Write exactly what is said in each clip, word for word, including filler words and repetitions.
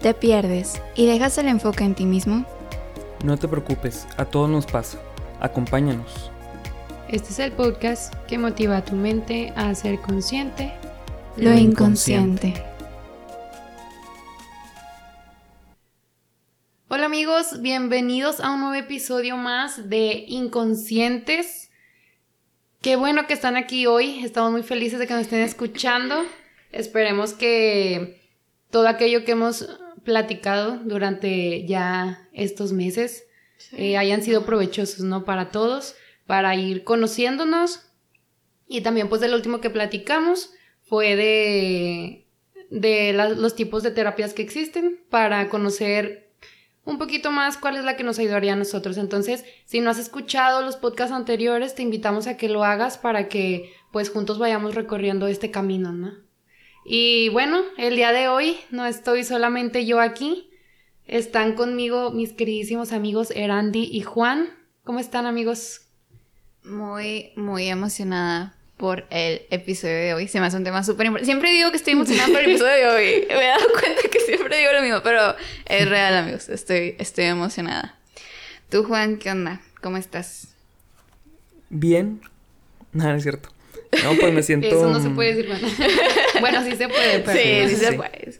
¿Te pierdes y dejas el enfoque en ti mismo? No te preocupes, a todos nos pasa. Acompáñanos. Este es el podcast que motiva a tu mente a ser consciente Lo, lo inconsciente. inconsciente. Hola amigos, bienvenidos a un nuevo episodio más de Inconscientes. Qué bueno que están aquí hoy, estamos muy felices de que nos estén escuchando. Esperemos que todo aquello que hemos platicado durante ya estos meses sí. eh, hayan sido provechosos, ¿no? Para todos, para ir conociéndonos. Y también pues del último que platicamos fue de, de la, los tipos de terapias que existen para conocer un poquito más cuál es la que nos ayudaría a nosotros. Entonces, si no has escuchado los podcasts anteriores, te invitamos a que lo hagas para que pues juntos vayamos recorriendo este camino, ¿no? Y bueno, el día de hoy no estoy solamente yo aquí, están conmigo mis queridísimos amigos Erandi y Juan. ¿Cómo están, amigos? Muy, muy emocionada por el episodio de hoy. Se me hace un tema súper importante. Siempre digo que estoy emocionada por el episodio de hoy. Me he dado cuenta que siempre digo lo mismo, pero es real, amigos. Estoy, estoy emocionada. Tú, Juan, ¿qué onda? ¿Cómo estás? Bien. Nada, no es cierto. No, pues me siento... Eso no se puede decir, bueno. Bueno, sí se puede, pero... Sí, sí, sí se sí. puede.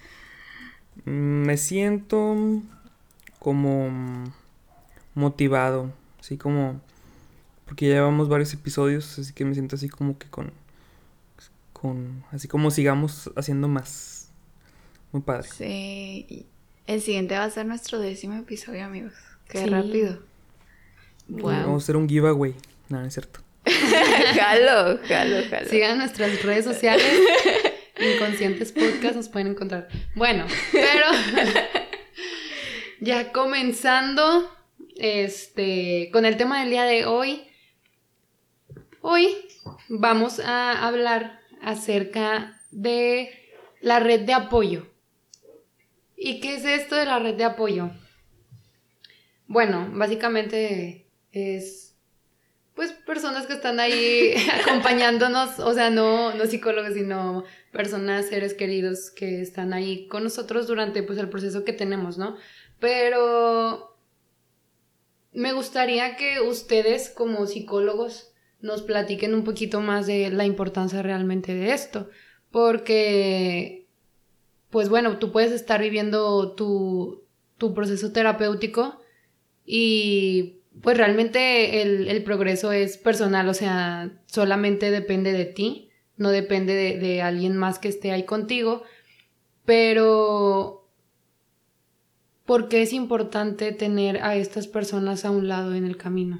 Me siento como motivado, así como... Porque ya llevamos varios episodios, así que me siento así como que con... con así como sigamos haciendo más. Muy padre. Sí. El siguiente va a ser nuestro décimo episodio, amigos. Qué sí. rápido. Wow. Vamos a hacer un giveaway. No, no es cierto. Jalo, jalo, jalo. Sigan nuestras redes sociales. Inconscientes Podcast nos pueden encontrar. Bueno, pero ya comenzando este con el tema del día de hoy. Hoy vamos a hablar acerca de la red de apoyo. ¿Y qué es esto de la red de apoyo? Bueno, básicamente es pues personas que están ahí acompañándonos, o sea, no, no psicólogos, sino personas, seres queridos que están ahí con nosotros durante pues el proceso que tenemos, ¿no? Pero me gustaría que ustedes como psicólogos nos platiquen un poquito más de la importancia realmente de esto, porque pues bueno, tú puedes estar viviendo tu, tu proceso terapéutico y pues realmente el, el progreso es personal, o sea, solamente depende de ti, no depende de, de alguien más que esté ahí contigo, pero ¿por qué es importante tener a estas personas a un lado en el camino?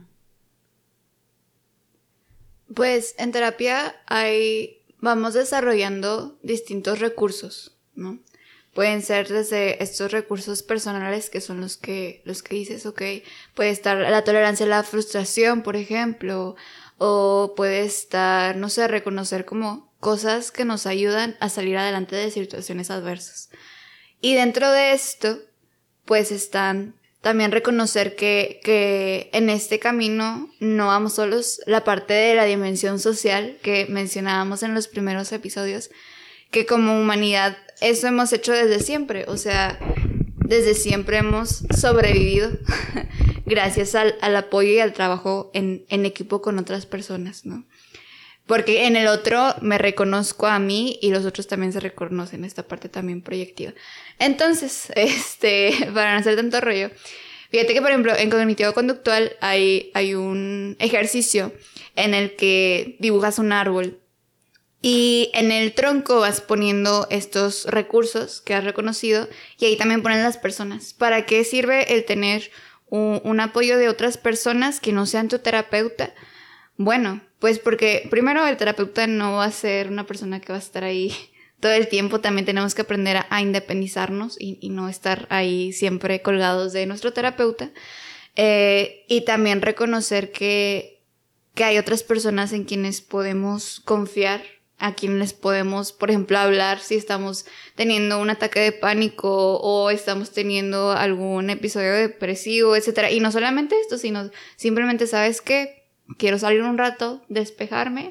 Pues en terapia hay, vamos desarrollando distintos recursos, ¿no? Pueden ser desde estos recursos personales que son los que, los que dices, ok, puede estar la tolerancia a la frustración, por ejemplo, o puede estar, no sé, reconocer como cosas que nos ayudan a salir adelante de situaciones adversas. Y dentro de esto, pues están también reconocer que, que en este camino no vamos solos, la parte de la dimensión social que mencionábamos en los primeros episodios, que como humanidad eso hemos hecho desde siempre, o sea, desde siempre hemos sobrevivido gracias al, al apoyo y al trabajo en, en equipo con otras personas, ¿no? Porque en el otro me reconozco a mí y los otros también se reconocen, esta parte también proyectiva. Entonces, este, para no hacer tanto rollo, fíjate que por ejemplo en cognitivo conductual hay, hay un ejercicio en el que dibujas un árbol y en el tronco vas poniendo estos recursos que has reconocido y ahí también ponen las personas. ¿Para qué sirve el tener un, un apoyo de otras personas que no sean tu terapeuta? Bueno, pues porque primero el terapeuta no va a ser una persona que va a estar ahí todo el tiempo. También tenemos que aprender a, a independizarnos y, y no estar ahí siempre colgados de nuestro terapeuta. Eh, y también reconocer que, que hay otras personas en quienes podemos confiar, a quienes podemos, por ejemplo, hablar si estamos teniendo un ataque de pánico o estamos teniendo algún episodio depresivo, etcétera. Y no solamente esto, sino simplemente, ¿sabes qué? Quiero salir un rato, despejarme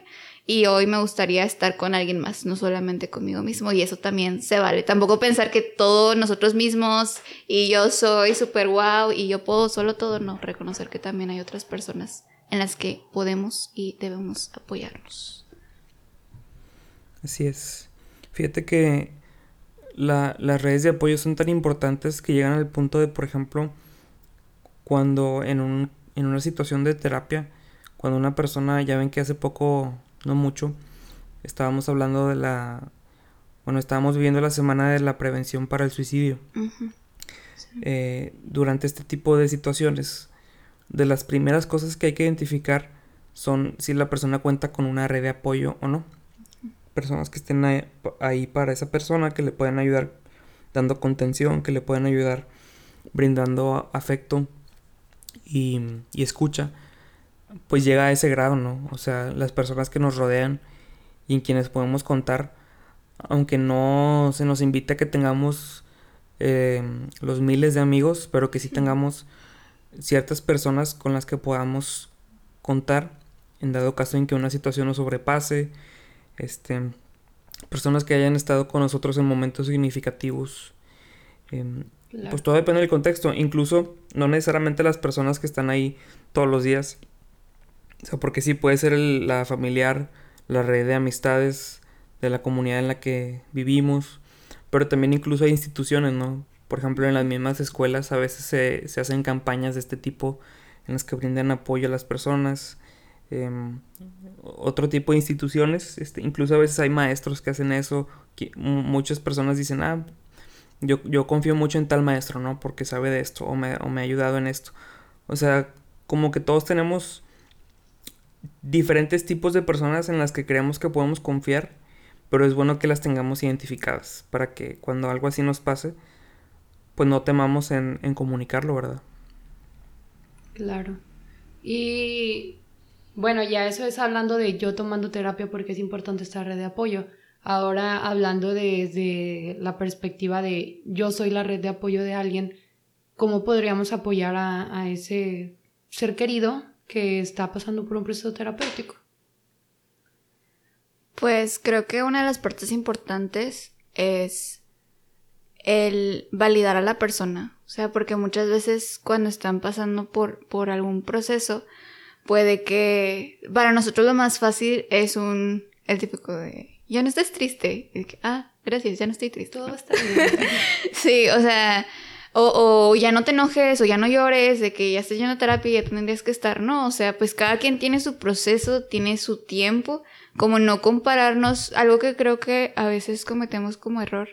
y hoy me gustaría estar con alguien más, no solamente conmigo mismo, y eso también se vale. Tampoco pensar que todos nosotros mismos y yo soy súper guau y yo puedo solo todo, no, reconocer que también hay otras personas en las que podemos y debemos apoyarnos. Así es. Fíjate que la, las redes de apoyo son tan importantes que llegan al punto de, por ejemplo, cuando en, un, en una situación de terapia, cuando una persona, ya ven que hace poco, no mucho, estábamos hablando de la, bueno, estábamos viviendo la semana de la prevención para el suicidio. Uh-huh. Sí. Eh, durante este tipo de situaciones, de las primeras cosas que hay que identificar son si la persona cuenta con una red de apoyo o no. Personas que estén ahí, ahí para esa persona, que le puedan ayudar dando contención, que le puedan ayudar brindando afecto y, y escucha, pues llega a ese grado, ¿no? O sea, las personas que nos rodean y en quienes podemos contar, aunque no se nos invita a que tengamos eh, los miles de amigos, pero que sí tengamos ciertas personas con las que podamos contar en dado caso en que una situación nos sobrepase, este, personas que hayan estado con nosotros en momentos significativos. Eh, claro. Pues todo depende del contexto, incluso no necesariamente las personas que están ahí todos los días, o sea, porque sí puede ser el, la familiar, la red de amistades de la comunidad en la que vivimos, pero también incluso hay instituciones, ¿no? Por ejemplo, en las mismas escuelas a veces se, se hacen campañas de este tipo en las que brindan apoyo a las personas. Eh, otro tipo de instituciones, este, incluso a veces hay maestros que hacen eso. Que m- muchas personas dicen, ah, yo, yo confío mucho en tal maestro, ¿no? Porque sabe de esto o me, o me ha ayudado en esto. O sea, como que todos tenemos diferentes tipos de personas en las que creemos que podemos confiar, pero es bueno que las tengamos identificadas para que cuando algo así nos pase, pues no temamos en, en comunicarlo, ¿verdad? Claro. Y bueno, ya eso es hablando de yo tomando terapia porque es importante esta red de apoyo. Ahora hablando desde la perspectiva de yo soy la red de apoyo de alguien, ¿cómo podríamos apoyar a, a ese ser querido que está pasando por un proceso terapéutico? Pues creo que una de las partes importantes es el validar a la persona. O sea, porque muchas veces cuando están pasando por, por algún proceso, puede que para nosotros lo más fácil es un el típico de ya no estás triste. Y que, ah, gracias, ya no estoy triste. Todo va a estar bien. Sí, o sea, o, o ya no te enojes, o ya no llores, de que ya estás yendo a terapia y ya tendrías que estar, ¿no? O sea, pues cada quien tiene su proceso, tiene su tiempo, como no compararnos. Algo que creo que a veces cometemos como error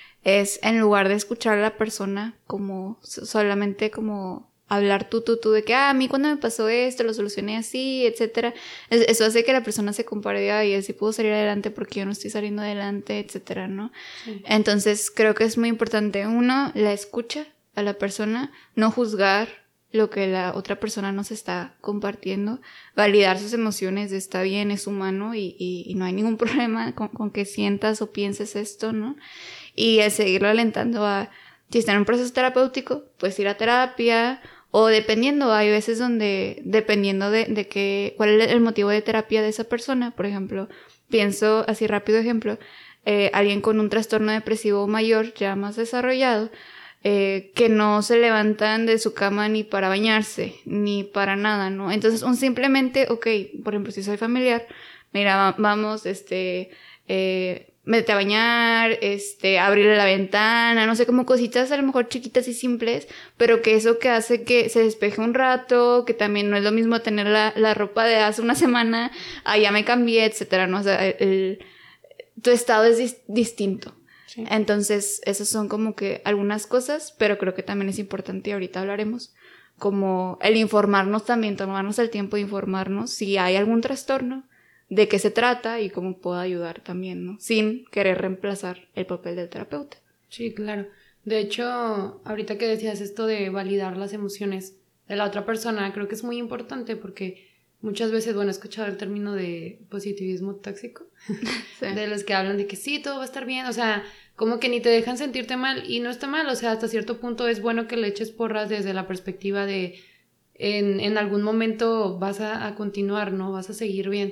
es en lugar de escuchar a la persona como solamente como hablar tú, tú, tú, de que, ah, a mí cuando me pasó esto, lo solucioné así, etcétera. Eso hace que la persona se compare, ay, así puedo salir adelante porque yo no estoy saliendo adelante, etcétera, ¿no? Sí. Entonces, creo que es muy importante, uno, la escucha a la persona, no juzgar lo que la otra persona nos está compartiendo, validar sus emociones, está bien, es humano y, y, y no hay ningún problema con, con que sientas o pienses esto, ¿no? Y el seguirlo alentando a, si está en un proceso terapéutico, pues ir a terapia. O dependiendo, hay veces donde, dependiendo de, de que, cuál es el motivo de terapia de esa persona, por ejemplo, pienso, así rápido ejemplo, eh, alguien con un trastorno depresivo mayor, ya más desarrollado, eh, que no se levantan de su cama ni para bañarse, ni para nada, ¿no? Entonces, un simplemente, ok, por ejemplo, si soy familiar, mira, vamos, este, eh... métete a bañar, este, abrirle la ventana, no sé, como cositas a lo mejor chiquitas y simples, pero que eso que hace que se despeje un rato, que también no es lo mismo tener la, la ropa de hace una semana, ah, ya me cambié, etcétera, ¿no? O sea, el, el, tu estado es dis- distinto. Sí. Entonces, esas son como que algunas cosas, pero creo que también es importante, y ahorita hablaremos, como el informarnos también, tomarnos el tiempo de informarnos si hay algún trastorno, de qué se trata y cómo puedo ayudar también, ¿no? Sin querer reemplazar el papel del terapeuta. Sí, claro. De hecho, ahorita que decías esto de validar las emociones de la otra persona, creo que es muy importante porque muchas veces, bueno, he escuchado el término de positivismo tóxico, sí. De los que hablan de que sí, todo va a estar bien, o sea, como que ni te dejan sentirte mal y no está mal, o sea, hasta cierto punto es bueno que le eches porras desde la perspectiva de en, en algún momento vas a, a continuar, ¿no? Vas a seguir bien.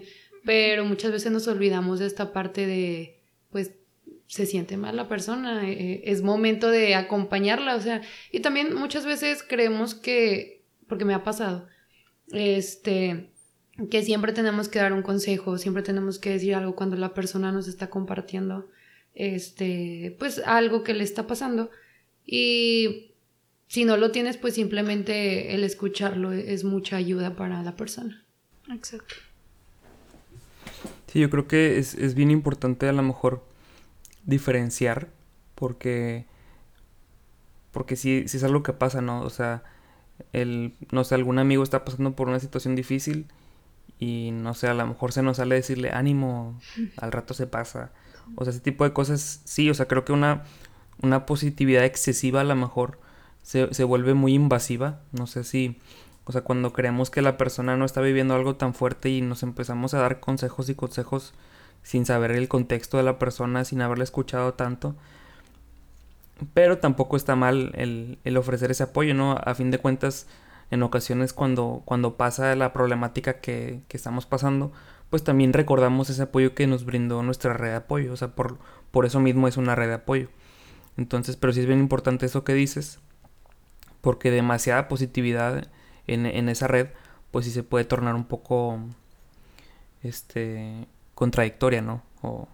pero muchas veces nos olvidamos de esta parte de, pues, se siente mal la persona, eh, es momento de acompañarla, o sea, y también muchas veces creemos que, porque me ha pasado, este, que siempre tenemos que dar un consejo, siempre tenemos que decir algo cuando la persona nos está compartiendo, este, pues algo que le está pasando, y si no lo tienes, pues simplemente el escucharlo es mucha ayuda para la persona. Exacto. Sí, yo creo que es, es bien importante a lo mejor diferenciar, porque porque sí, sí es algo que pasa, ¿no? O sea, el, no sé, algún amigo está pasando por una situación difícil y no sé, a lo mejor se nos sale decirle ánimo, al rato se pasa. O sea, ese tipo de cosas, sí, o sea, creo que una, una positividad excesiva a lo mejor se, se vuelve muy invasiva. No sé si, o sea, cuando creemos que la persona no está viviendo algo tan fuerte y nos empezamos a dar consejos y consejos sin saber el contexto de la persona, sin haberla escuchado tanto. Pero tampoco está mal el, el ofrecer ese apoyo, ¿no? A fin de cuentas, en ocasiones cuando, cuando pasa la problemática que, que estamos pasando, pues también recordamos ese apoyo que nos brindó nuestra red de apoyo. O sea, por, por eso mismo es una red de apoyo. Entonces, pero sí es bien importante eso que dices, porque demasiada positividad en, en esa red, pues sí se puede tornar un poco, este, contradictoria, ¿no? O,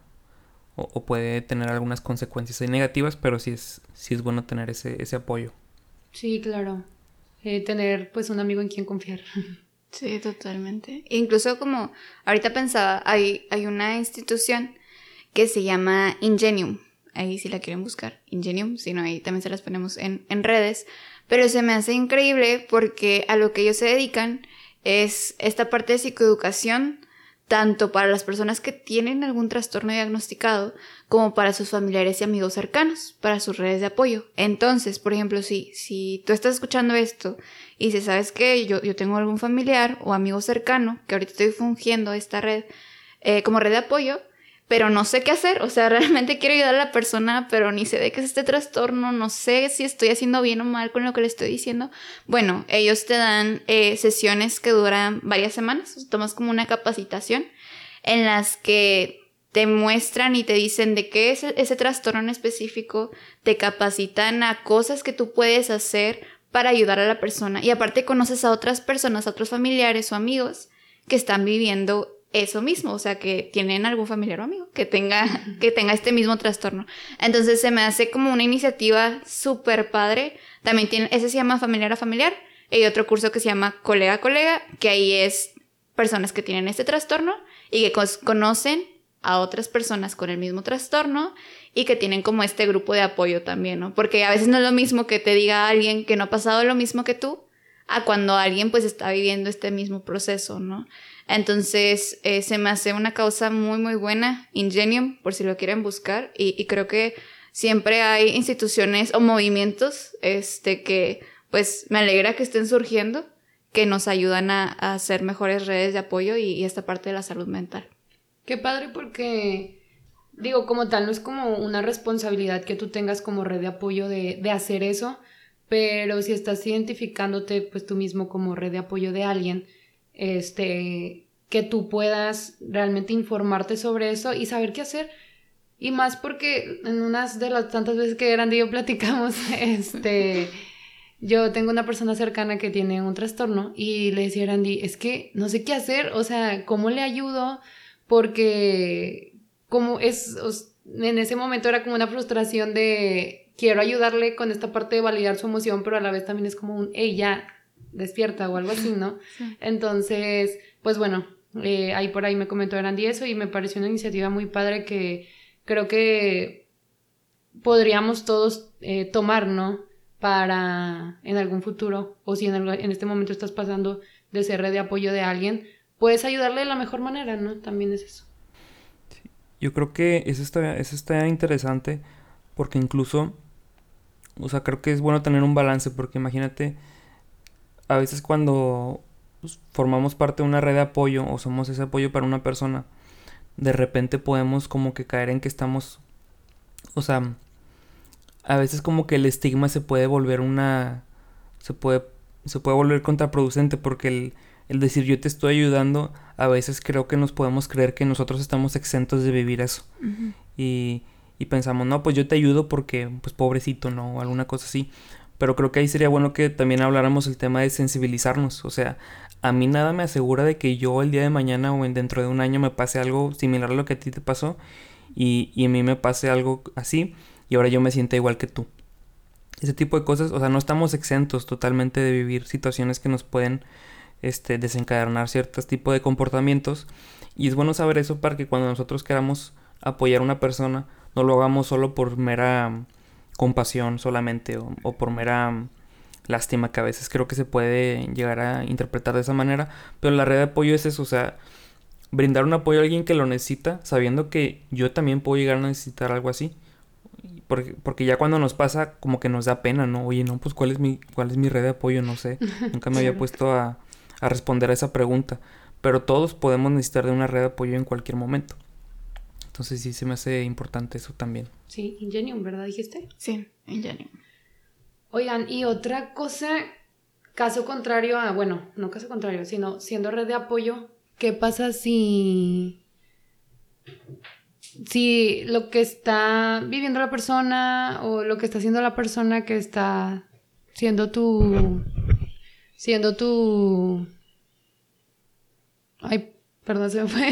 o, o puede tener algunas consecuencias ahí negativas, pero sí es, sí es bueno tener ese, ese apoyo. Sí, claro. Eh, tener pues un amigo en quien confiar. Sí, totalmente. Incluso como ahorita pensaba, hay, hay una institución que se llama Ingenium. Ahí si la quieren buscar, Ingenium, si no, ahí también se las ponemos en, en redes. Pero se me hace increíble porque a lo que ellos se dedican es esta parte de psicoeducación, tanto para las personas que tienen algún trastorno diagnosticado, como para sus familiares y amigos cercanos, para sus redes de apoyo. Entonces, por ejemplo, si, si tú estás escuchando esto y dices, ¿sabes qué? Yo, yo tengo algún familiar o amigo cercano que ahorita estoy fungiendo esta red eh, como red de apoyo, pero no sé qué hacer, o sea, realmente quiero ayudar a la persona, pero ni sé de qué es este trastorno, no sé si estoy haciendo bien o mal con lo que le estoy diciendo. Bueno, ellos te dan eh, sesiones que duran varias semanas, o sea, tomas como una capacitación en las que te muestran y te dicen de qué es ese trastorno en específico, te capacitan a cosas que tú puedes hacer para ayudar a la persona, y aparte conoces a otras personas, a otros familiares o amigos que están viviendo eso mismo, o sea, que tienen algún familiar o amigo que tenga, que tenga este mismo trastorno. Entonces se me hace como una iniciativa súper padre. También tiene, ese se llama Familiar a Familiar. Hay otro curso que se llama Colega a Colega, que ahí es personas que tienen este trastorno y que cos- conocen a otras personas con el mismo trastorno y que tienen como este grupo de apoyo también, ¿no? Porque a veces no es lo mismo que te diga alguien que no ha pasado lo mismo que tú, a cuando alguien pues está viviendo este mismo proceso, ¿no? Entonces eh, se me hace una causa muy muy buena, Ingenium, por si lo quieren buscar, y, y creo que siempre hay instituciones o movimientos este, que pues me alegra que estén surgiendo, que nos ayudan a, a hacer mejores redes de apoyo y, y esta parte de la salud mental. Qué padre porque, digo, como tal, no es como una responsabilidad que tú tengas como red de apoyo de, de hacer eso, pero si estás identificándote pues tú mismo como red de apoyo de alguien, este, que tú puedas realmente informarte sobre eso y saber qué hacer. Y más porque en unas de las tantas veces que Randy y yo platicamos, este, yo tengo una persona cercana que tiene un trastorno y le decía a Randy, es que no sé qué hacer, o sea, ¿cómo le ayudo? Porque como es, en ese momento era como una frustración de quiero ayudarle con esta parte de validar su emoción, pero a la vez también es como un, hey, ya, despierta o algo así, ¿no? Sí. Entonces, pues bueno, eh, ahí por ahí me comentó Randy eso y me pareció una iniciativa muy padre que creo que podríamos todos eh, tomar, ¿no? Para en algún futuro, o si en, el, en este momento estás pasando de ser red de apoyo de alguien, puedes ayudarle de la mejor manera, ¿no? También es eso. Sí, yo creo que eso está, eso está interesante porque incluso, o sea, creo que es bueno tener un balance porque imagínate, a veces cuando pues, formamos parte de una red de apoyo o somos ese apoyo para una persona, de repente podemos como que caer en que estamos, o sea, a veces como que el estigma se puede volver una, se puede, se puede volver contraproducente porque el, el decir yo te estoy ayudando, a veces creo que nos podemos creer que nosotros estamos exentos de vivir eso. Uh-huh. Y, y pensamos, no, pues yo te ayudo porque, pues pobrecito, ¿no? O alguna cosa así. Pero creo que ahí sería bueno que también habláramos el tema de sensibilizarnos. O sea, a mí nada me asegura de que yo el día de mañana o dentro de un año me pase algo similar a lo que a ti te pasó. Y, y a mí me pase algo así y ahora yo me sienta igual que tú. Ese tipo de cosas, o sea, no estamos exentos totalmente de vivir situaciones que nos pueden este, desencadenar ciertos tipos de comportamientos. Y es bueno saber eso para que cuando nosotros queramos apoyar a una persona, no lo hagamos solo por mera compasión solamente o, o por mera lástima, que a veces creo que se puede llegar a interpretar de esa manera. Pero la red de apoyo es eso, o sea, brindar un apoyo a alguien que lo necesita, sabiendo que yo también puedo llegar a necesitar algo así. Porque, porque ya cuando nos pasa, como que nos da pena, ¿no? Oye, no, pues ¿cuál es mi, cuál es mi red de apoyo? No sé. Nunca me había puesto a, a responder a esa pregunta. Pero todos podemos necesitar de una red de apoyo en cualquier momento. Entonces sí se me hace importante eso también. Sí, Ingenium, ¿verdad dijiste? Sí, Ingenium. Oigan, y otra cosa, caso contrario a, bueno, no caso contrario, sino siendo red de apoyo, ¿qué pasa si, si lo que está viviendo la persona o lo que está haciendo la persona que está siendo tu, siendo tu, ay, perdón, se me fue,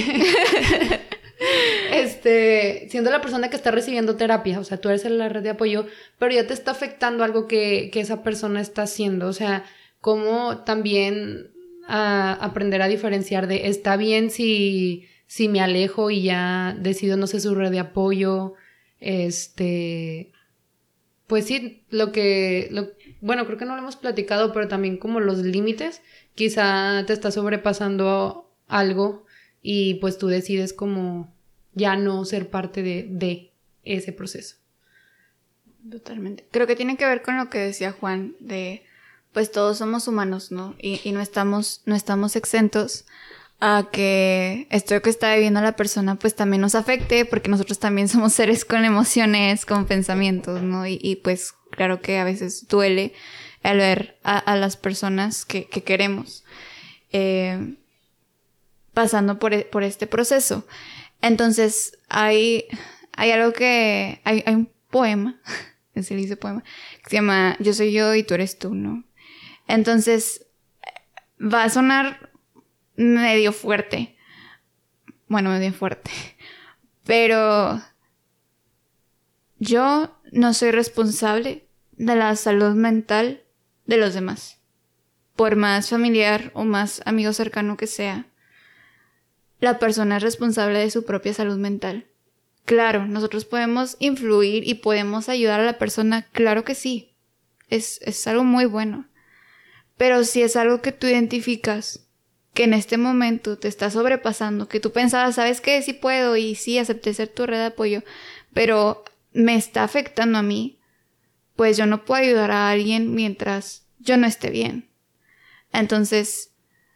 este, siendo la persona que está recibiendo terapia, o sea, tú eres la red de apoyo, pero ya te está afectando algo que, que esa persona está haciendo, o sea, cómo también a aprender a diferenciar de está bien si, si me alejo y ya decido no ser su red de apoyo, este, pues sí, lo que, lo, bueno, creo que no lo hemos platicado, pero también como los límites, quizá te está sobrepasando algo y pues tú decides como ya no ser parte de, de ese proceso. Totalmente. Creo que tiene que ver con lo que decía Juan de pues todos somos humanos, ¿no? Y, y no estamos, no estamos exentos a que esto que está viviendo la persona pues también nos afecte, porque nosotros también somos seres con emociones, con pensamientos, ¿no? Y, y pues claro que a veces duele al ver a, a las personas que, que queremos eh, pasando por, por este proceso. Entonces hay, hay algo que, hay, hay un poema, se le dice poema, que se llama Yo soy yo y tú eres tú, ¿no? Entonces, va a sonar medio fuerte. Bueno, medio fuerte. Pero yo no soy responsable de la salud mental de los demás. Por más familiar o más amigo cercano que sea, la persona es responsable de su propia salud mental. Claro, nosotros podemos influir y podemos ayudar a la persona, claro que sí. Es, es algo muy bueno. Pero si es algo que tú identificas, que en este momento te está sobrepasando, que tú pensabas, ¿sabes qué? Sí puedo y sí acepté ser tu red de apoyo, pero me está afectando a mí, pues yo no puedo ayudar a alguien mientras yo no esté bien. Entonces,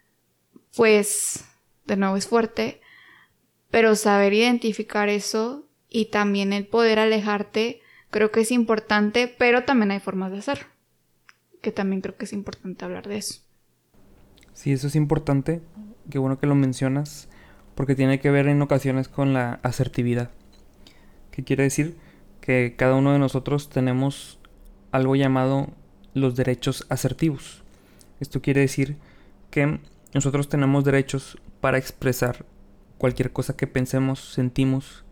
pues, de nuevo es fuerte, pero saber identificar eso y también el poder alejarte, creo que es importante, pero también hay formas de hacerlo. Que también creo que es importante hablar de eso. Sí, eso es importante. Qué bueno que lo mencionas, porque tiene que ver en ocasiones con la asertividad. ¿Qué quiere decir? Que cada uno de nosotros tenemos algo llamado los derechos asertivos. Esto quiere decir que nosotros tenemos derechos para expresar cualquier cosa que pensemos, sentimos,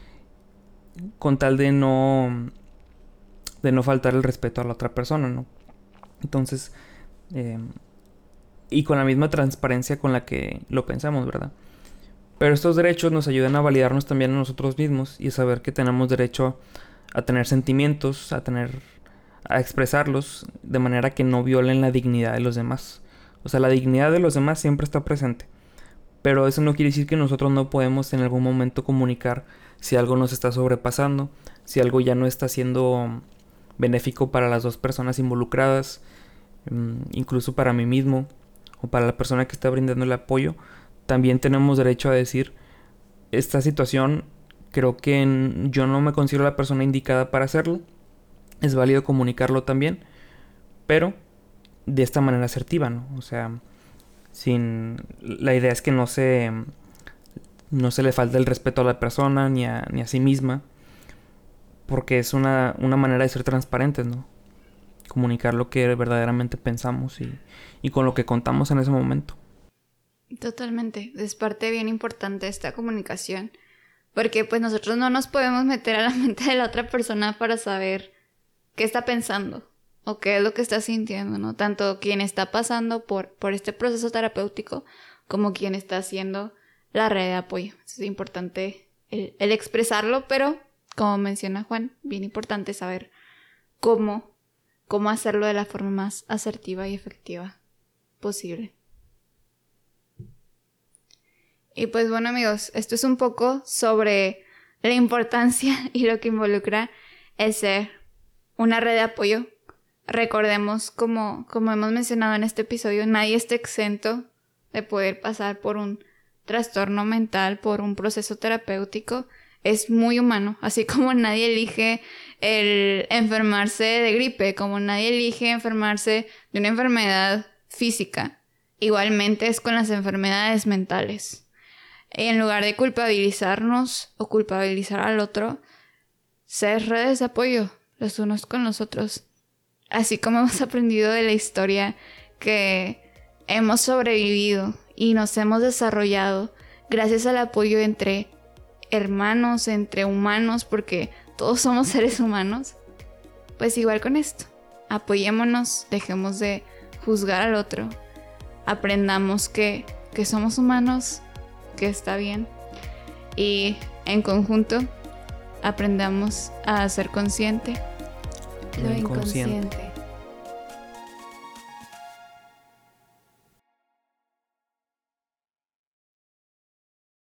con tal de no, de no faltar el respeto a la otra persona, ¿no? Entonces, eh, y con la misma transparencia con la que lo pensamos, ¿verdad? Pero estos derechos nos ayudan a validarnos también a nosotros mismos y a saber que tenemos derecho a tener sentimientos, a tener, a expresarlos de manera que no violen la dignidad de los demás. O sea, la dignidad de los demás siempre está presente. Pero eso no quiere decir que nosotros no podemos en algún momento comunicar si algo nos está sobrepasando, si algo ya no está siendo benéfico para las dos personas involucradas, incluso para mí mismo o para la persona que está brindando el apoyo. También tenemos derecho a decir, esta situación creo que yo no me considero la persona indicada para hacerlo. Es válido comunicarlo también, pero de esta manera asertiva, ¿no? O sea, sin... La idea es que no se... No se le falte el respeto a la persona ni a, ni a sí misma. Porque es una, una manera de ser transparentes, ¿no? Comunicar lo que verdaderamente pensamos y, y con lo que contamos en ese momento. Totalmente. Es parte bien importante esta comunicación. Porque pues nosotros no nos podemos meter a la mente de la otra persona para saber qué está pensando o qué es lo que está sintiendo, ¿no? Tanto quien está pasando por, por este proceso terapéutico como quien está haciendo la red de apoyo. Es importante el, el expresarlo, pero como menciona Juan, bien importante saber cómo, cómo hacerlo de la forma más asertiva y efectiva posible. Y pues bueno, amigos, esto es un poco sobre la importancia y lo que involucra el ser una red de apoyo. Recordemos, como, como hemos mencionado en este episodio, nadie está exento de poder pasar por un trastorno mental, por un proceso terapéutico. Es muy humano, así como nadie elige el enfermarse de gripe, como nadie elige enfermarse de una enfermedad física. Igualmente es con las enfermedades mentales. En lugar de culpabilizarnos o culpabilizar al otro, ser redes de apoyo los unos con los otros. Así como hemos aprendido de la historia que hemos sobrevivido y nos hemos desarrollado gracias al apoyo entre hermanos, entre humanos, porque todos somos seres humanos, pues igual con esto. Apoyémonos, dejemos de juzgar al otro, aprendamos que, que somos humanos, que está bien, y en conjunto aprendamos a ser consciente lo inconsciente.